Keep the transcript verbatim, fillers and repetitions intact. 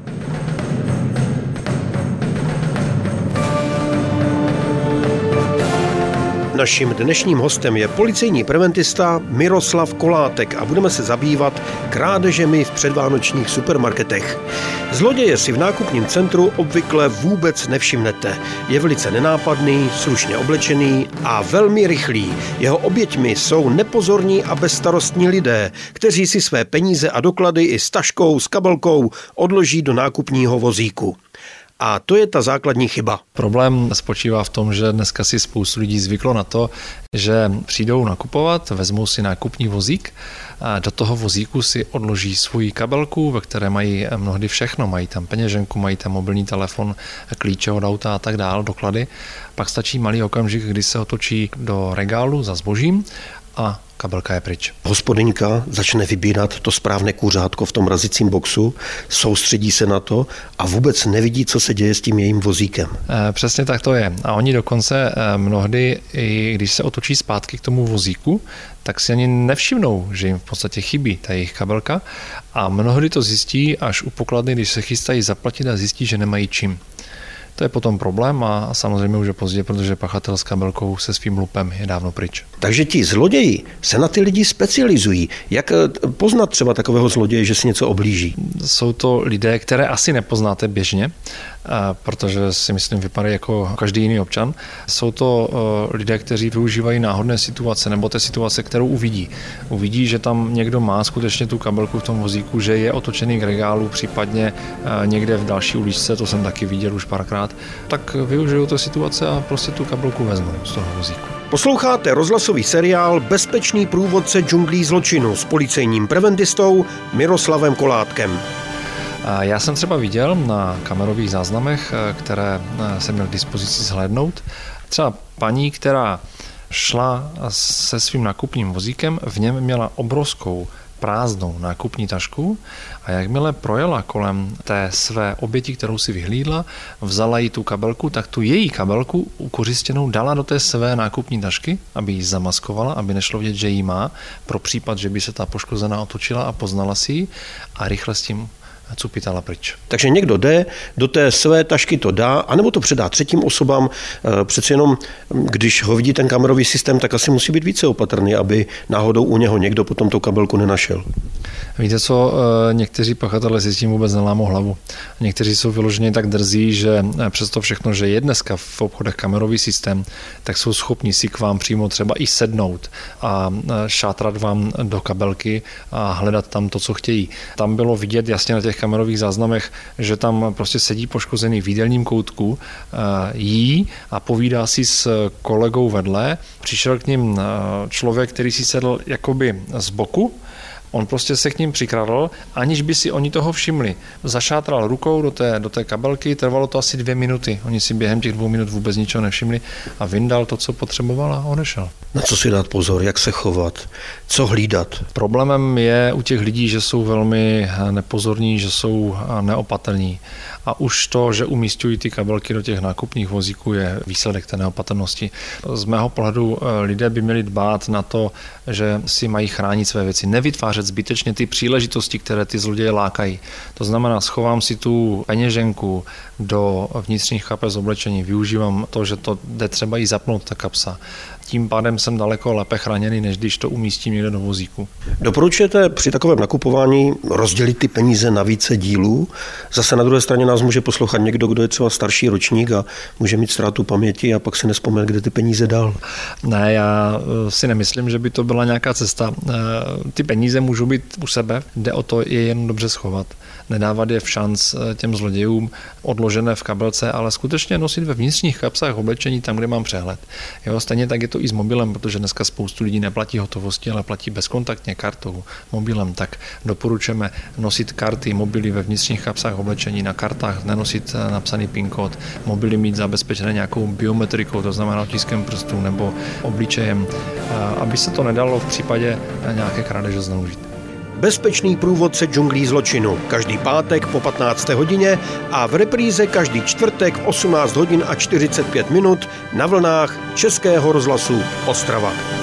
Naším dnešním hostem je policejní preventista Miroslav Kolátek a budeme se zabývat krádežemi v předvánočních supermarketech. Zloděje si v nákupním centru obvykle vůbec nevšimnete. Je velice nenápadný, slušně oblečený a velmi rychlý. Jeho oběťmi jsou nepozorní a bezstarostní lidé, kteří si své peníze a doklady i s taškou, s kabelkou odloží do nákupního vozíku. A to je ta základní chyba. Problém spočívá v tom, že dneska si spoustu lidí zvyklo na to, že přijdou nakupovat, vezmou si nákupní vozík a do toho vozíku si odloží svoji kabelku, ve které mají mnohdy všechno. Mají tam peněženku, mají tam mobilní telefon, klíče od auta a tak dále, doklady. Pak stačí malý okamžik, kdy se otočí do regálu za zbožím a kabelka je pryč. Hospodyňka začne vybírat to správné kuřátko v tom razicím boxu, soustředí se na to a vůbec nevidí, co se děje s tím jejím vozíkem. E, přesně tak to je. A oni dokonce e, mnohdy, i když se otočí zpátky k tomu vozíku, tak si ani nevšimnou, že jim v podstatě chybí ta jejich kabelka a mnohdy to zjistí až u pokladny, když se chystají zaplatit a zjistí, že nemají čím. To je potom problém a samozřejmě už je pozdě, protože pachatel s kabelkou se svým lupem je dávno pryč. Takže ti zloději se na ty lidi specializují. Jak poznat třeba takového zloděje, že si něco oblíží? Jsou to lidé, které asi nepoznáte běžně, protože si myslím vypadají jako každý jiný občan. Jsou to lidé, kteří využívají náhodné situace nebo té situace, kterou uvidí. Uvidí, že tam někdo má skutečně tu kabelku v tom vozíku, že je otočený k regálu, případně někde v další uličce, to jsem taky viděl už párkrát, tak využijou té situace a prostě tu kabelku vezmou z toho vozíku. Posloucháte rozhlasový seriál Bezpečný průvodce džunglí zločinu s policejním preventistou Miroslavem Kolátkem. Já jsem třeba viděl na kamerových záznamech, které jsem měl k dispozici zhlédnout, třeba paní, která šla se svým nákupním vozíkem, v něm měla obrovskou prázdnou nákupní tašku a jakmile projela kolem té své oběti, kterou si vyhlídla, vzala jí tu kabelku, tak tu její kabelku ukořistěnou dala do té své nákupní tašky, aby ji zamaskovala, aby nešlo vidět, že ji má, pro případ, že by se ta poškozená otočila a poznala si ji a rychle s tím cupitala pryč. Takže někdo jde, do té své tašky to dá, anebo to předá třetím osobám. Přece jenom, když ho vidí ten kamerový systém, tak asi musí být více opatrný, aby náhodou u něho někdo potom tu kabelku nenašel. Víte co, někteří pachatelé si s tím vůbec nelámou hlavu. Někteří jsou vyloženě tak drzí, že přesto všechno, že je dneska v obchodech kamerový systém, tak jsou schopni si k vám přímo třeba i sednout a šátrat vám do kabelky a hledat tam to, co chtějí. Tam bylo vidět jasně na těch kamerových záznamech, že tam prostě sedí poškozený v jídelním koutku, jí a povídá si s kolegou vedle. Přišel k ním člověk, který si sedl jakoby z boku. On prostě se k ním přikradl, aniž by si oni toho všimli. Zašátral rukou do té, do té kabelky, trvalo to asi dvě minuty. Oni si během těch dvou minut vůbec ničeho nevšimli a vyndal to, co potřeboval a odešel. Na co si dát pozor, jak se chovat, co hlídat? Problémem je u těch lidí, že jsou velmi nepozorní, že jsou neopatrní. A už to, že umísťují ty kabelky do těch nákupních vozíků, je výsledek té neopatrnosti. Z mého pohledu lidé by měli dbát na to, že si mají chránit své věci, nevytvářet zbytečně ty příležitosti, které ty zloděje lákají. To znamená, schovám si tu peněženku do vnitřních kapes oblečení, využívám to, že to jde třeba i zapnout ta kapsa. Tím pádem jsem daleko lépe chráněný, než když to umístím někde do vozíku. Doporučujete při takovém nakupování rozdělit ty peníze na více dílů? Zase na druhé straně nás může poslouchat někdo, kdo je třeba starší ročník a může mít ztrátu paměti a pak si nevzpomene, kde ty peníze dal. Ne, já si nemyslím, že by to byla nějaká cesta. Ty peníze můžou být u sebe, jde o to je jen dobře schovat. Nedávat je v šanc těm zlodějům odložené v kabelce, ale skutečně nosit ve vnitřních kapsách oblečení tam, kde mám přehled. Jo, stejně tak je to i s mobilem, protože dneska spoustu lidí neplatí hotovosti, ale platí bezkontaktně kartou, mobilem, tak doporučujeme nosit karty, mobily ve vnitřních kapsách oblečení, na kartách nenosit napsaný PIN kód, mobily mít zabezpečené nějakou biometrikou, to znamená otiskem prstů nebo obličejem, aby se to nedalo v případě nějaké krádeže zneužít. Bezpečný průvodce džunglí zločinu. Každý pátek po patnácté hodině a v repríze každý čtvrtek v osmnáct hodin a čtyřicet pět minut na vlnách Českého rozhlasu Ostrava.